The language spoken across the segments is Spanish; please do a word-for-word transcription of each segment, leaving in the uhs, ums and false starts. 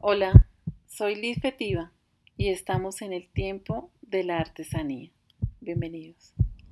Hola, soy Liz Fetiva y estamos en el tiempo de la artesanía. Bienvenidos.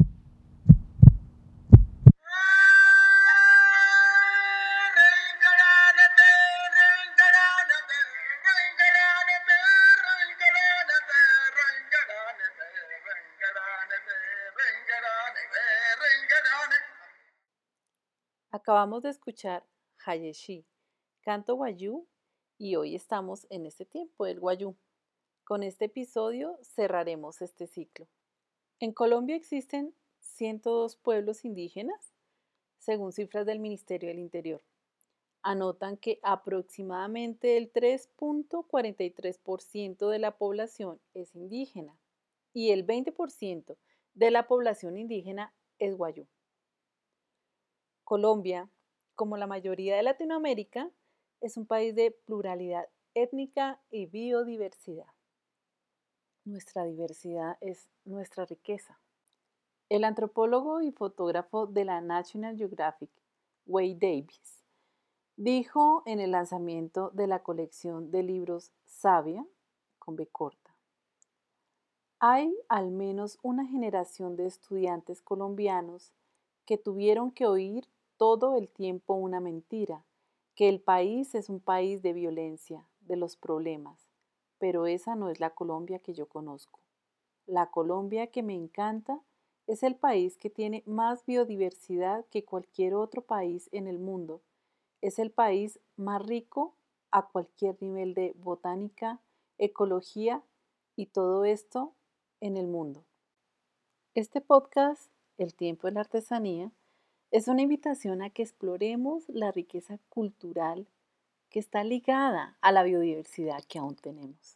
Acabamos de escuchar Hayeshi, canto guayú, y hoy estamos en este tiempo del guayú. Con este episodio cerraremos este ciclo. En Colombia existen ciento dos pueblos indígenas, según cifras del Ministerio del Interior. Anotan que aproximadamente el tres punto cuarenta y tres por ciento de la población es indígena y el veinte por ciento de la población indígena es guayú. Colombia, como la mayoría de Latinoamérica, es un país de pluralidad étnica y biodiversidad. Nuestra diversidad es nuestra riqueza. El antropólogo y fotógrafo de la National Geographic, Wade Davis, dijo en el lanzamiento de la colección de libros Sabia, con B corta: hay al menos una generación de estudiantes colombianos que tuvieron que oír todo el tiempo una mentira, que el país es un país de violencia, de los problemas, pero esa no es la Colombia que yo conozco. La Colombia que me encanta es el país que tiene más biodiversidad que cualquier otro país en el mundo. Es el país más rico a cualquier nivel de botánica, ecología y todo esto en el mundo. Este podcast, El tiempo de la artesanía, es una invitación a que exploremos la riqueza cultural que está ligada a la biodiversidad que aún tenemos.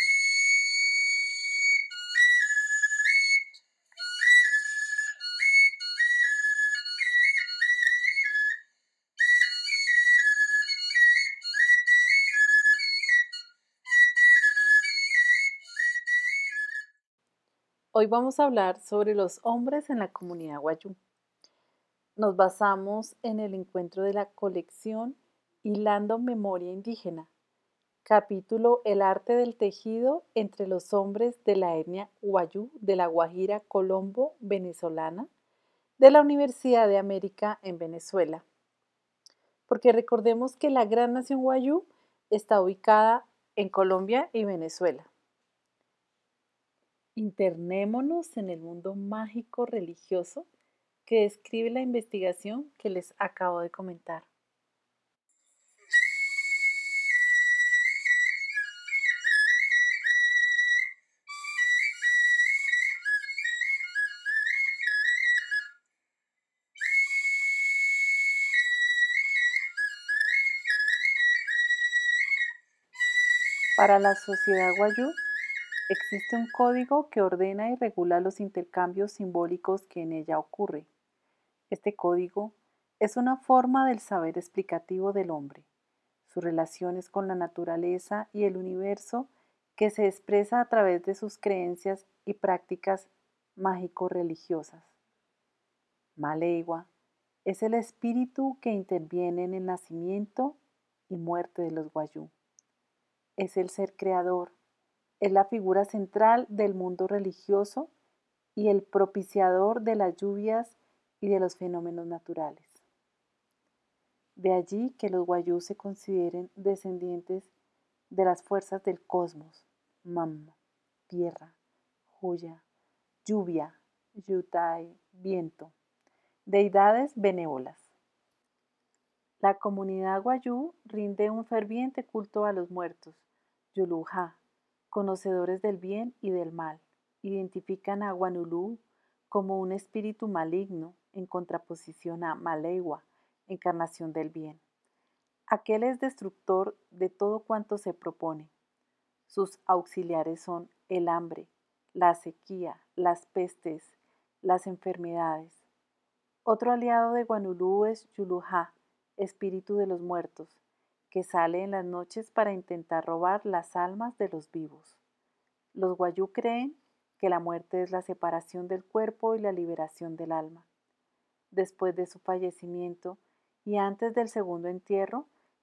Hoy vamos a hablar sobre los hombres en la comunidad guayú. Nos basamos en el encuentro de la colección Hilando Memoria Indígena, capítulo El arte del tejido entre los hombres de la etnia guayú de la Guajira Colombo venezolana de la Universidad de América en Venezuela. Porque recordemos que la gran nación guayú está ubicada en Colombia y Venezuela. Internémonos en el mundo mágico religioso que describe la investigación que les acabo de comentar. Para la sociedad guayú existe un código que ordena y regula los intercambios simbólicos que en ella ocurre. Este código es una forma del saber explicativo del hombre, sus relaciones con la naturaleza y el universo que se expresa a través de sus creencias y prácticas mágico-religiosas. Maleigua es el espíritu que interviene en el nacimiento y muerte de los guayú. Es el ser creador, es la figura central del mundo religioso y el propiciador de las lluvias y de los fenómenos naturales. De allí que los guayú se consideren descendientes de las fuerzas del cosmos: Mamma, tierra; Juya, lluvia; Yutai, viento; deidades benévolas. La comunidad guayú rinde un ferviente culto a los muertos, Yulujá, conocedores del bien y del mal. Identifican a Guanulú como un espíritu maligno en contraposición a Maleigua, encarnación del bien. Aquel es destructor de todo cuanto se propone. Sus auxiliares son el hambre, la sequía, las pestes, las enfermedades. Otro aliado de Guanulú es Yulujá, espíritu de los muertos, que sale en las noches para intentar robar las almas de los vivos. Los guayú creen que la muerte es la separación del cuerpo y la liberación del alma. Después de su fallecimiento y antes del segundo entierro,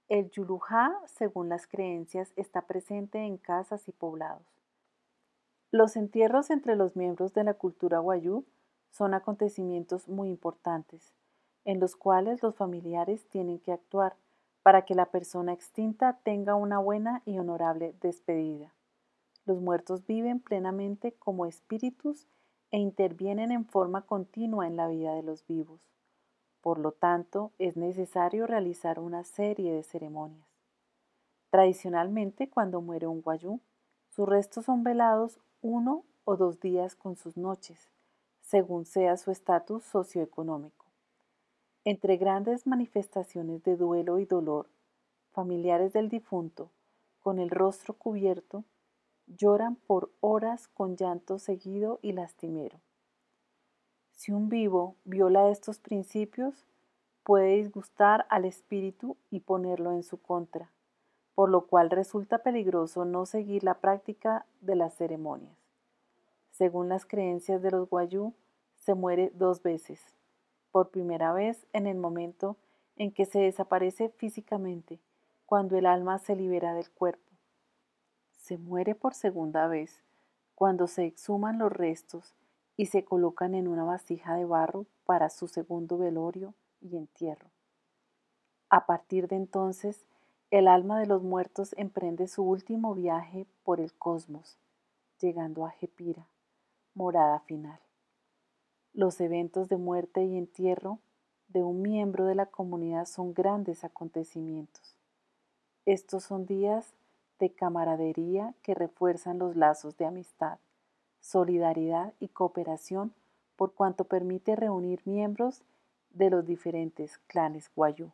El yulujá, según las creencias, está presente en casas y poblados. Los entierros entre los miembros de la cultura wayuu son acontecimientos muy importantes, en los cuales los familiares tienen que actuar para que la persona extinta tenga una buena y honorable despedida. Los muertos viven plenamente como espíritus e intervienen en forma continua en la vida de los vivos. Por lo tanto, es necesario realizar una serie de ceremonias. Tradicionalmente, cuando muere un wayuu, sus restos son velados uno o dos días con sus noches, según sea su estatus socioeconómico. Entre grandes manifestaciones de duelo y dolor, familiares del difunto, con el rostro cubierto, lloran por horas con llanto seguido y lastimero. Si un vivo viola estos principios, puede disgustar al espíritu y ponerlo en su contra, por lo cual resulta peligroso no seguir la práctica de las ceremonias. Según las creencias de los wayuu, se muere dos veces. Por primera vez en el momento en que se desaparece físicamente, cuando el alma se libera del cuerpo. Se muere por segunda vez cuando se exhuman los restos y se colocan en una vasija de barro para su segundo velorio y entierro. A partir de entonces, el alma de los muertos emprende su último viaje por el cosmos, llegando a Jepira, morada final. Los eventos de muerte y entierro de un miembro de la comunidad son grandes acontecimientos. Estos son días de camaradería que refuerzan los lazos de amistad, solidaridad y cooperación por cuanto permite reunir miembros de los diferentes clanes wayuu.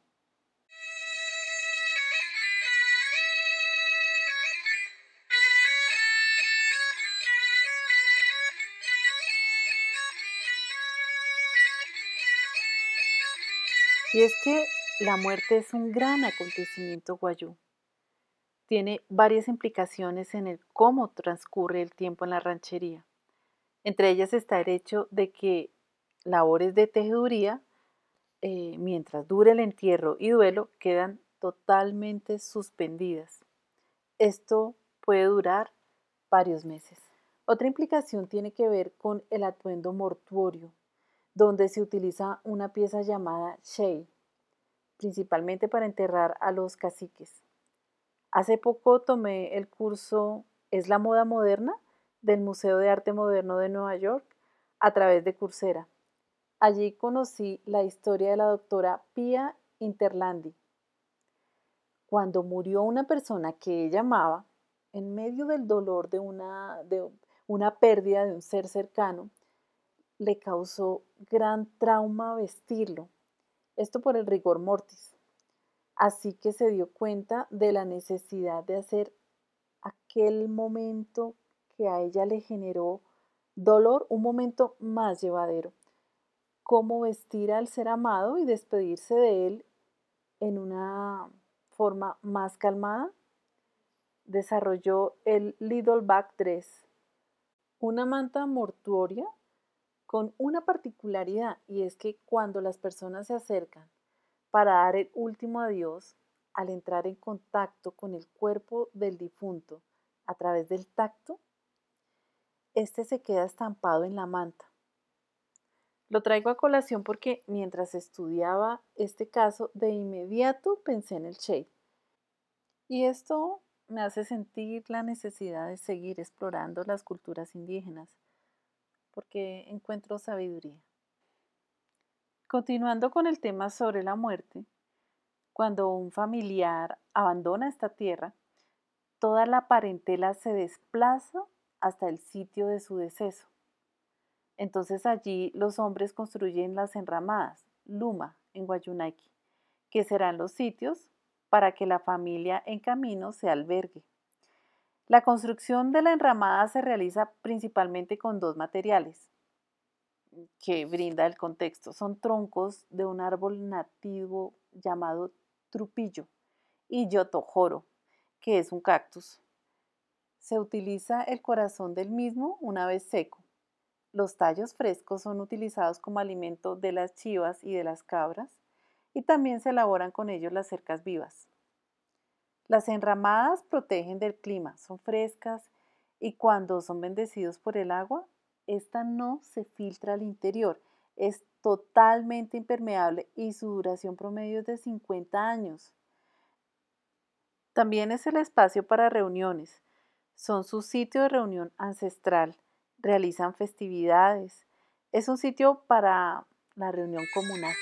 Y es que la muerte es un gran acontecimiento wayuu. Tiene varias implicaciones en el cómo transcurre el tiempo en la ranchería. Entre ellas está el hecho de que labores de tejeduría, eh, mientras dure el entierro y duelo, quedan totalmente suspendidas. Esto puede durar varios meses. Otra implicación tiene que ver con el atuendo mortuorio, donde se utiliza una pieza llamada shei, principalmente para enterrar a los caciques. Hace poco tomé el curso ¿Es la moda moderna? Del Museo de Arte Moderno de Nueva York a través de Coursera. Allí conocí la historia de la doctora Pia Interlandi. Cuando murió una persona que ella amaba, en medio del dolor de una, de una pérdida de un ser cercano, le causó gran trauma vestirlo. Esto por el rigor mortis. Así que se dio cuenta de la necesidad de hacer aquel momento que a ella le generó dolor, un momento más llevadero. Cómo vestir al ser amado y despedirse de él en una forma más calmada. Desarrolló el Little Back Dress, una manta mortuoria con una particularidad, y es que cuando las personas se acercan para dar el último adiós, al entrar en contacto con el cuerpo del difunto a través del tacto, este se queda estampado en la manta. Lo traigo a colación porque mientras estudiaba este caso, de inmediato pensé en el shade. Y esto me hace sentir la necesidad de seguir explorando las culturas indígenas, porque encuentro sabiduría. Continuando con el tema sobre la muerte, cuando un familiar abandona esta tierra, toda la parentela se desplaza hasta el sitio de su deceso. Entonces allí los hombres construyen las enramadas, luma en Wayuunaiki, que serán los sitios para que la familia en camino se albergue. La construcción de la enramada se realiza principalmente con dos materiales que brinda el contexto. Son troncos de un árbol nativo llamado trupillo y yotojoro, que es un cactus. Se utiliza el corazón del mismo una vez seco. Los tallos frescos son utilizados como alimento de las chivas y de las cabras, y también se elaboran con ellos las cercas vivas. Las enramadas protegen del clima, son frescas y cuando son bendecidos por el agua, esta no se filtra al interior, es totalmente impermeable y su duración promedio es de cincuenta años. También es el espacio para reuniones, son su sitio de reunión ancestral, realizan festividades, es un sitio para la reunión comunal.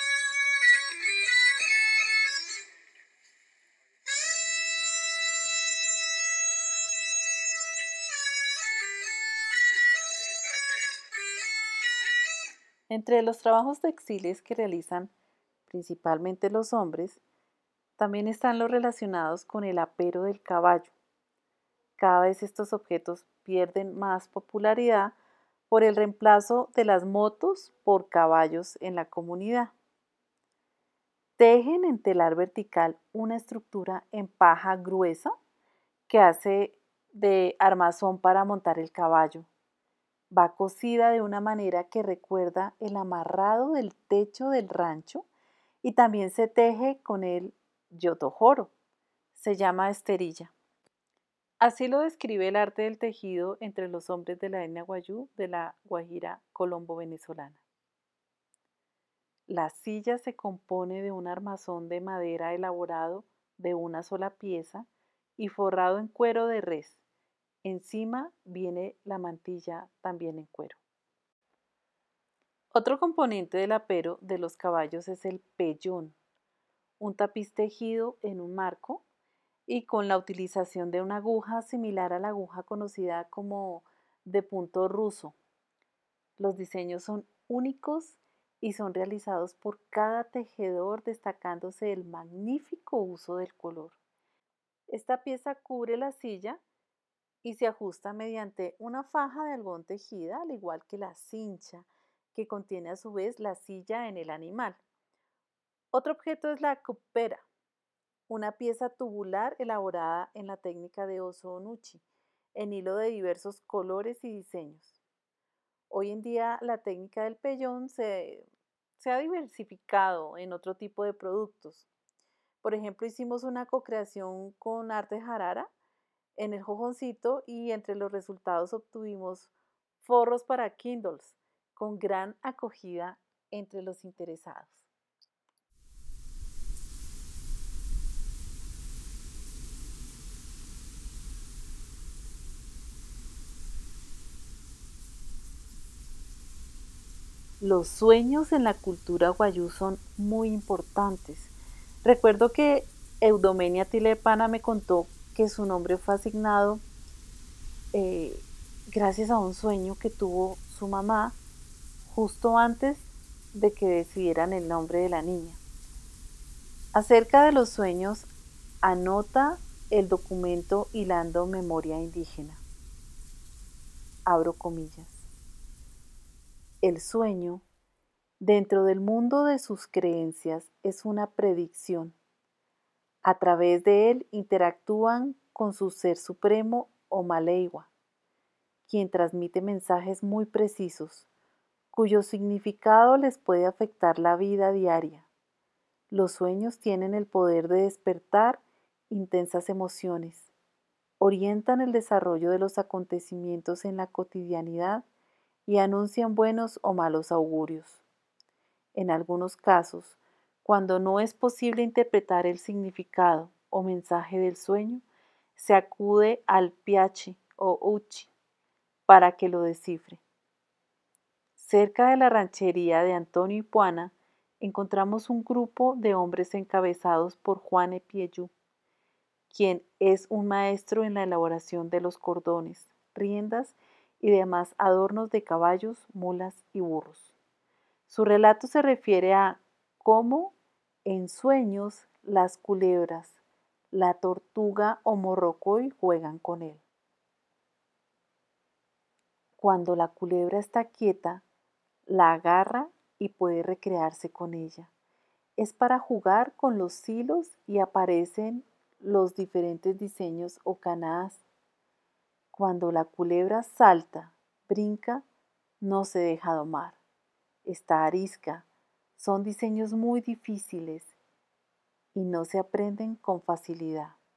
Entre los trabajos textiles que realizan principalmente los hombres, también están los relacionados con el apero del caballo. Cada vez estos objetos pierden más popularidad por el reemplazo de las motos por caballos en la comunidad. Tejen en telar vertical una estructura en paja gruesa que hace de armazón para montar el caballo. Va cosida de una manera que recuerda el amarrado del techo del rancho y también se teje con el yotojoro. Se llama esterilla. Así lo describe el arte del tejido entre los hombres de la etnia Guayú de la Guajira colombo-venezolana. La silla se compone de un armazón de madera elaborado de una sola pieza y forrado en cuero de res. Encima viene la mantilla también en cuero. Otro componente del apero de los caballos es el pellón, un tapiz tejido en un marco y con la utilización de una aguja similar a la aguja conocida como de punto ruso. Los diseños son únicos y son realizados por cada tejedor destacándose el magnífico uso del color. Esta pieza cubre la silla y se ajusta mediante una faja de algodón tejida, al igual que la cincha, que contiene a su vez la silla en el animal. Otro objeto es la cupera, una pieza tubular elaborada en la técnica de oso onuchi, en hilo de diversos colores y diseños. Hoy en día la técnica del pellón se, se ha diversificado en otro tipo de productos. Por ejemplo, hicimos una co-creación con Arte Jarara en el Jojoncito y entre los resultados obtuvimos forros para Kindles con gran acogida entre los interesados. Los sueños en la cultura guayú son muy importantes. Recuerdo que Eudomenia Tilepana me contó que su nombre fue asignado eh, gracias a un sueño que tuvo su mamá justo antes de que decidieran el nombre de la niña. Acerca de los sueños, anota el documento Hilando Memoria Indígena. Abro comillas. El sueño, dentro del mundo de sus creencias, es una predicción. A través de él interactúan con su ser supremo o Maleiwa, quien transmite mensajes muy precisos, cuyo significado les puede afectar la vida diaria. Los sueños tienen el poder de despertar intensas emociones, orientan el desarrollo de los acontecimientos en la cotidianidad y anuncian buenos o malos augurios. En algunos casos, cuando no es posible interpretar el significado o mensaje del sueño, se acude al piachi o uchi para que lo descifre. Cerca de la ranchería de Antonio Ipuana encontramos un grupo de hombres encabezados por Juan Epieyú, quien es un maestro en la elaboración de los cordones, riendas y demás adornos de caballos, mulas y burros. Su relato se refiere a cómo en sueños las culebras, la tortuga o morrocoy juegan con él. Cuando la culebra está quieta, la agarra y puede recrearse con ella. Es para jugar con los hilos y aparecen los diferentes diseños o canadas. Cuando la culebra salta, brinca, no se deja domar. Está arisca. Son diseños muy difíciles y no se aprenden con facilidad.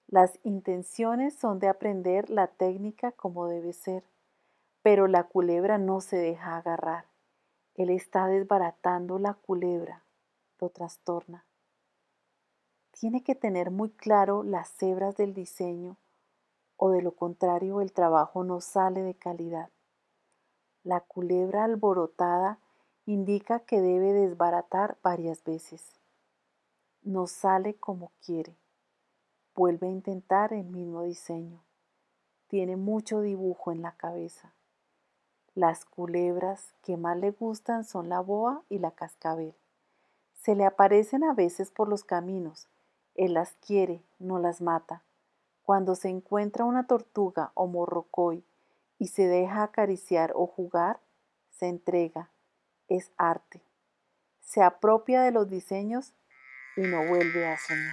Las intenciones son de aprender la técnica como debe ser, pero la culebra no se deja agarrar. Él está desbaratando la culebra, lo trastorna. Tiene que tener muy claro las hebras del diseño o de lo contrario el trabajo no sale de calidad. La culebra alborotada indica que debe desbaratar varias veces. No sale como quiere. Vuelve a intentar el mismo diseño. Tiene mucho dibujo en la cabeza. Las culebras que más le gustan son la boa y la cascabel. Se le aparecen a veces por los caminos. Él las quiere, no las mata. Cuando se encuentra una tortuga o morrocoy y se deja acariciar o jugar, se entrega. Es arte. Se apropia de los diseños y no vuelve a soñar.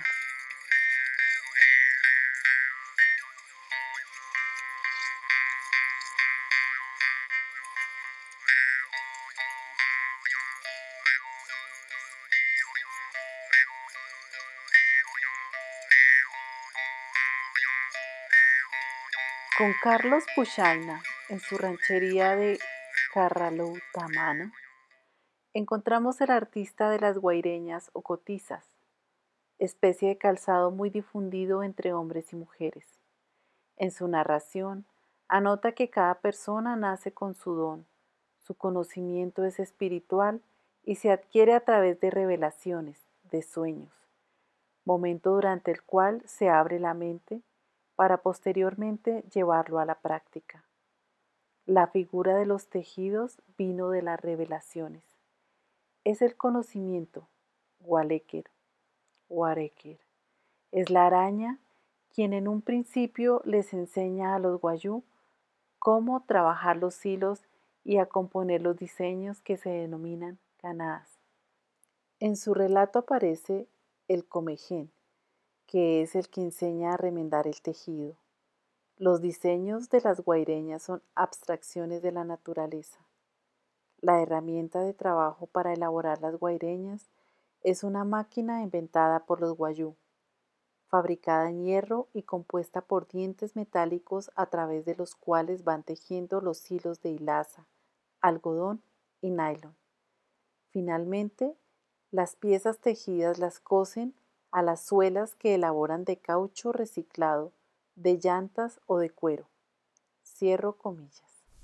Con Carlos Puchaina, en su ranchería de Carraloutamana, encontramos el artista de las guaireñas o cotizas, especie de calzado muy difundido entre hombres y mujeres. En su narración, anota que cada persona nace con su don, su conocimiento es espiritual y se adquiere a través de revelaciones, de sueños, momento durante el cual se abre la mente para posteriormente llevarlo a la práctica. La figura de los tejidos vino de las revelaciones. Es el conocimiento, Waleker, Wareker. Es la araña quien en un principio les enseña a los guayú cómo trabajar los hilos y a componer los diseños que se denominan canadas. En su relato aparece el comején, que es el que enseña a remendar el tejido. Los diseños de las guaireñas son abstracciones de la naturaleza. La herramienta de trabajo para elaborar las guaireñas es una máquina inventada por los guayú, fabricada en hierro y compuesta por dientes metálicos a través de los cuales van tejiendo los hilos de hilaza, algodón y nylon. Finalmente, las piezas tejidas las cosen a las suelas que elaboran de caucho reciclado, de llantas o de cuero. Cierro comillas.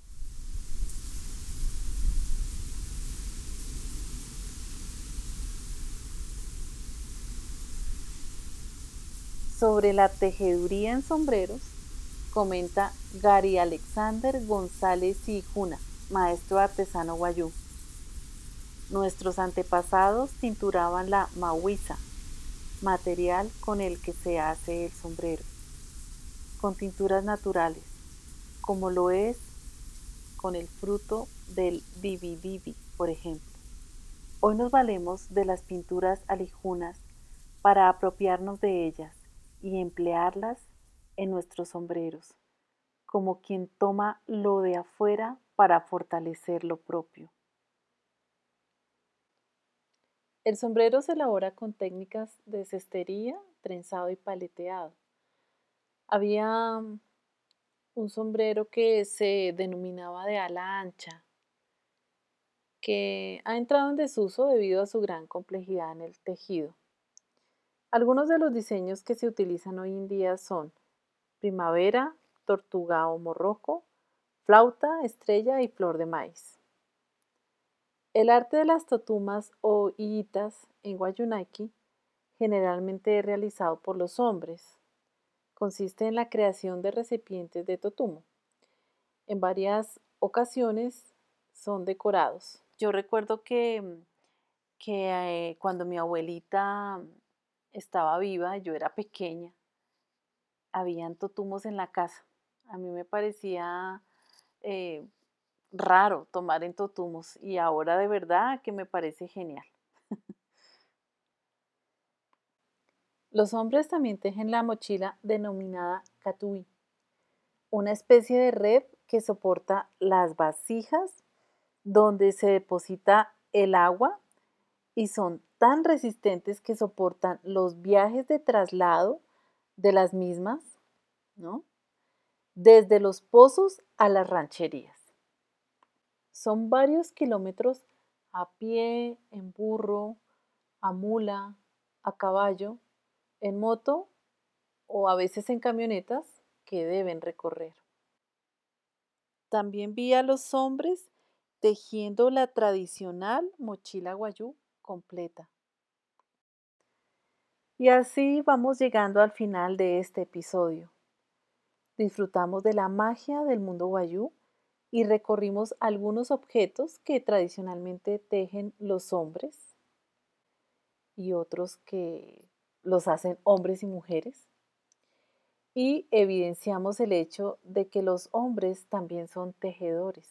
Sobre la tejeduría en sombreros, comenta Gary Alexander González Sijuna, maestro artesano guayú. Nuestros antepasados tinturaban la mahuiza, material con el que se hace el sombrero, con tinturas naturales, como lo es con el fruto del bibi-bibi, por ejemplo. Hoy nos valemos de las pinturas alijunas para apropiarnos de ellas y emplearlas en nuestros sombreros, como quien toma lo de afuera para fortalecer lo propio. El sombrero se elabora con técnicas de cestería, trenzado y paleteado. Había un sombrero que se denominaba de ala ancha, que ha entrado en desuso debido a su gran complejidad en el tejido. Algunos de los diseños que se utilizan hoy en día son primavera, tortuga o morroco, flauta, estrella y flor de maíz. El arte de las totumas o hillitas en Guayunaiki generalmente es realizado por los hombres. Consiste en la creación de recipientes de totumo. En varias ocasiones son decorados. Yo recuerdo que, que eh, cuando mi abuelita estaba viva, yo era pequeña, habían totumos en la casa. A mí me parecía eh, raro tomar en totumos y ahora de verdad que me parece genial. Los hombres también tejen la mochila denominada catui, una especie de red que soporta las vasijas donde se deposita el agua y son tan resistentes que soportan los viajes de traslado de las mismas, ¿no? Desde los pozos a las rancherías. Son varios kilómetros a pie, en burro, a mula, a caballo, en moto o a veces en camionetas que deben recorrer. También vi a los hombres tejiendo la tradicional mochila guayú completa. Y así vamos llegando al final de este episodio. Disfrutamos de la magia del mundo guayú y recorrimos algunos objetos que tradicionalmente tejen los hombres y otros que los hacen hombres y mujeres. Y evidenciamos el hecho de que los hombres también son tejedores.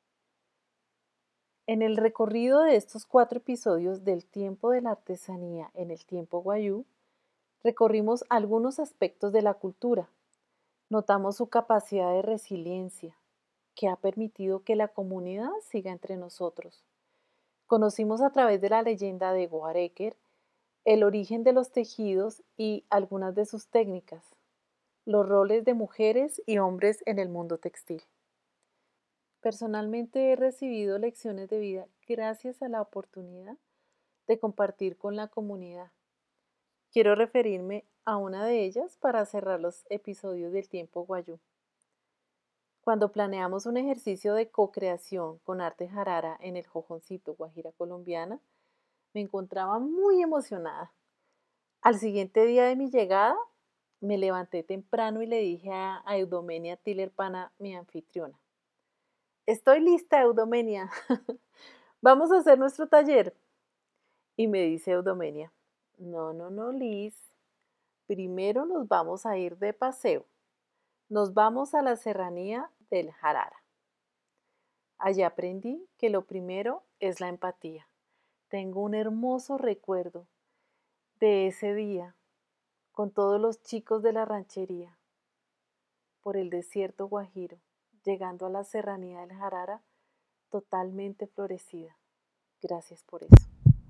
En el recorrido de estos cuatro episodios del tiempo de la artesanía en el tiempo guayú, recorrimos algunos aspectos de la cultura. Notamos su capacidad de resiliencia, que ha permitido que la comunidad siga entre nosotros. Conocimos a través de la leyenda de Goareker el origen de los tejidos y algunas de sus técnicas, los roles de mujeres y hombres en el mundo textil. Personalmente he recibido lecciones de vida gracias a la oportunidad de compartir con la comunidad. Quiero referirme a una de ellas para cerrar los episodios del tiempo guayú. Cuando planeamos un ejercicio de co-creación con arte jarara en el Jojoncito, Guajira colombiana, me encontraba muy emocionada. Al siguiente día de mi llegada, me levanté temprano y le dije a, a Eudomenia Tiller Pana, mi anfitriona: estoy lista, Eudomenia. Vamos a hacer nuestro taller. Y me dice Eudomenia: no, no, no, Liz. Primero nos vamos a ir de paseo. Nos vamos a la serranía del Jarara. Allí aprendí que lo primero es la empatía. Tengo un hermoso recuerdo de ese día con todos los chicos de la ranchería por el desierto guajiro, llegando a la serranía del Jarara totalmente florecida. Gracias por eso.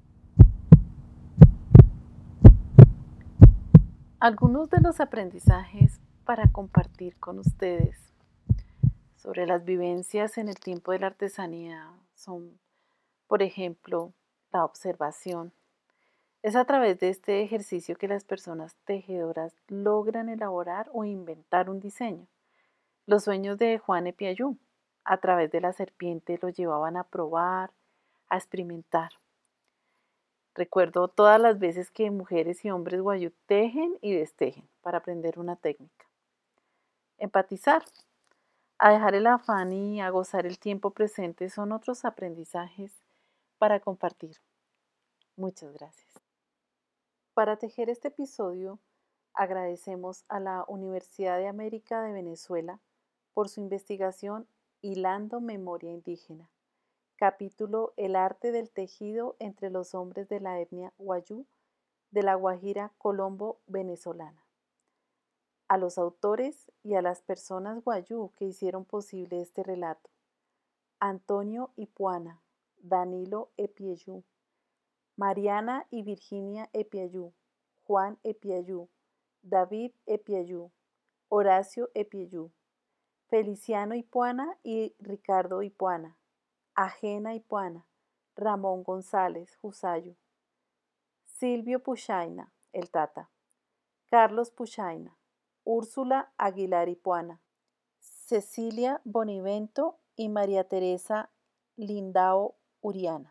Algunos de los aprendizajes para compartir con ustedes sobre las vivencias en el tiempo de la artesanía son, por ejemplo, la observación. Es a través de este ejercicio que las personas tejedoras logran elaborar o inventar un diseño. Los sueños de Juan Epiayú, a través de la serpiente, lo llevaban a probar, a experimentar. Recuerdo todas las veces que mujeres y hombres guayú tejen y destejen para aprender una técnica. Empatizar, a dejar el afán y a gozar el tiempo presente son otros aprendizajes para compartir. Muchas gracias. Para tejer este episodio, agradecemos a la Universidad de América de Venezuela por su investigación Hilando Memoria Indígena, capítulo El arte del tejido entre los hombres de la etnia guayú de la Guajira Colombo venezolana. A los autores y a las personas guayú que hicieron posible este relato: Antonio Ipuana, Danilo Epiayú, Mariana y Virginia Epiayú, Juan Epiayú, David Epiayú, Horacio Epiayú, Feliciano Ipuana y Ricardo Ipuana, Ajena Ipuana, Ramón González Jusayo, Silvio Puchaina, el Tata, Carlos Puchaina, Úrsula Aguilar Ipuana, Cecilia Bonivento y María Teresa Lindao Uriana.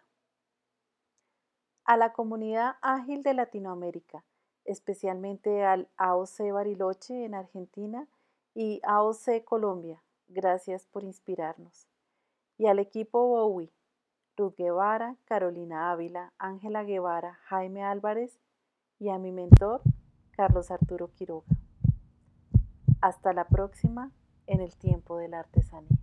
A la comunidad ágil de Latinoamérica, especialmente al A O C Bariloche en Argentina y A O C Colombia, gracias por inspirarnos. Y al equipo Bowie, Ruth Guevara, Carolina Ávila, Ángela Guevara, Jaime Álvarez y a mi mentor, Carlos Arturo Quiroga. Hasta la próxima en el tiempo de la artesanía.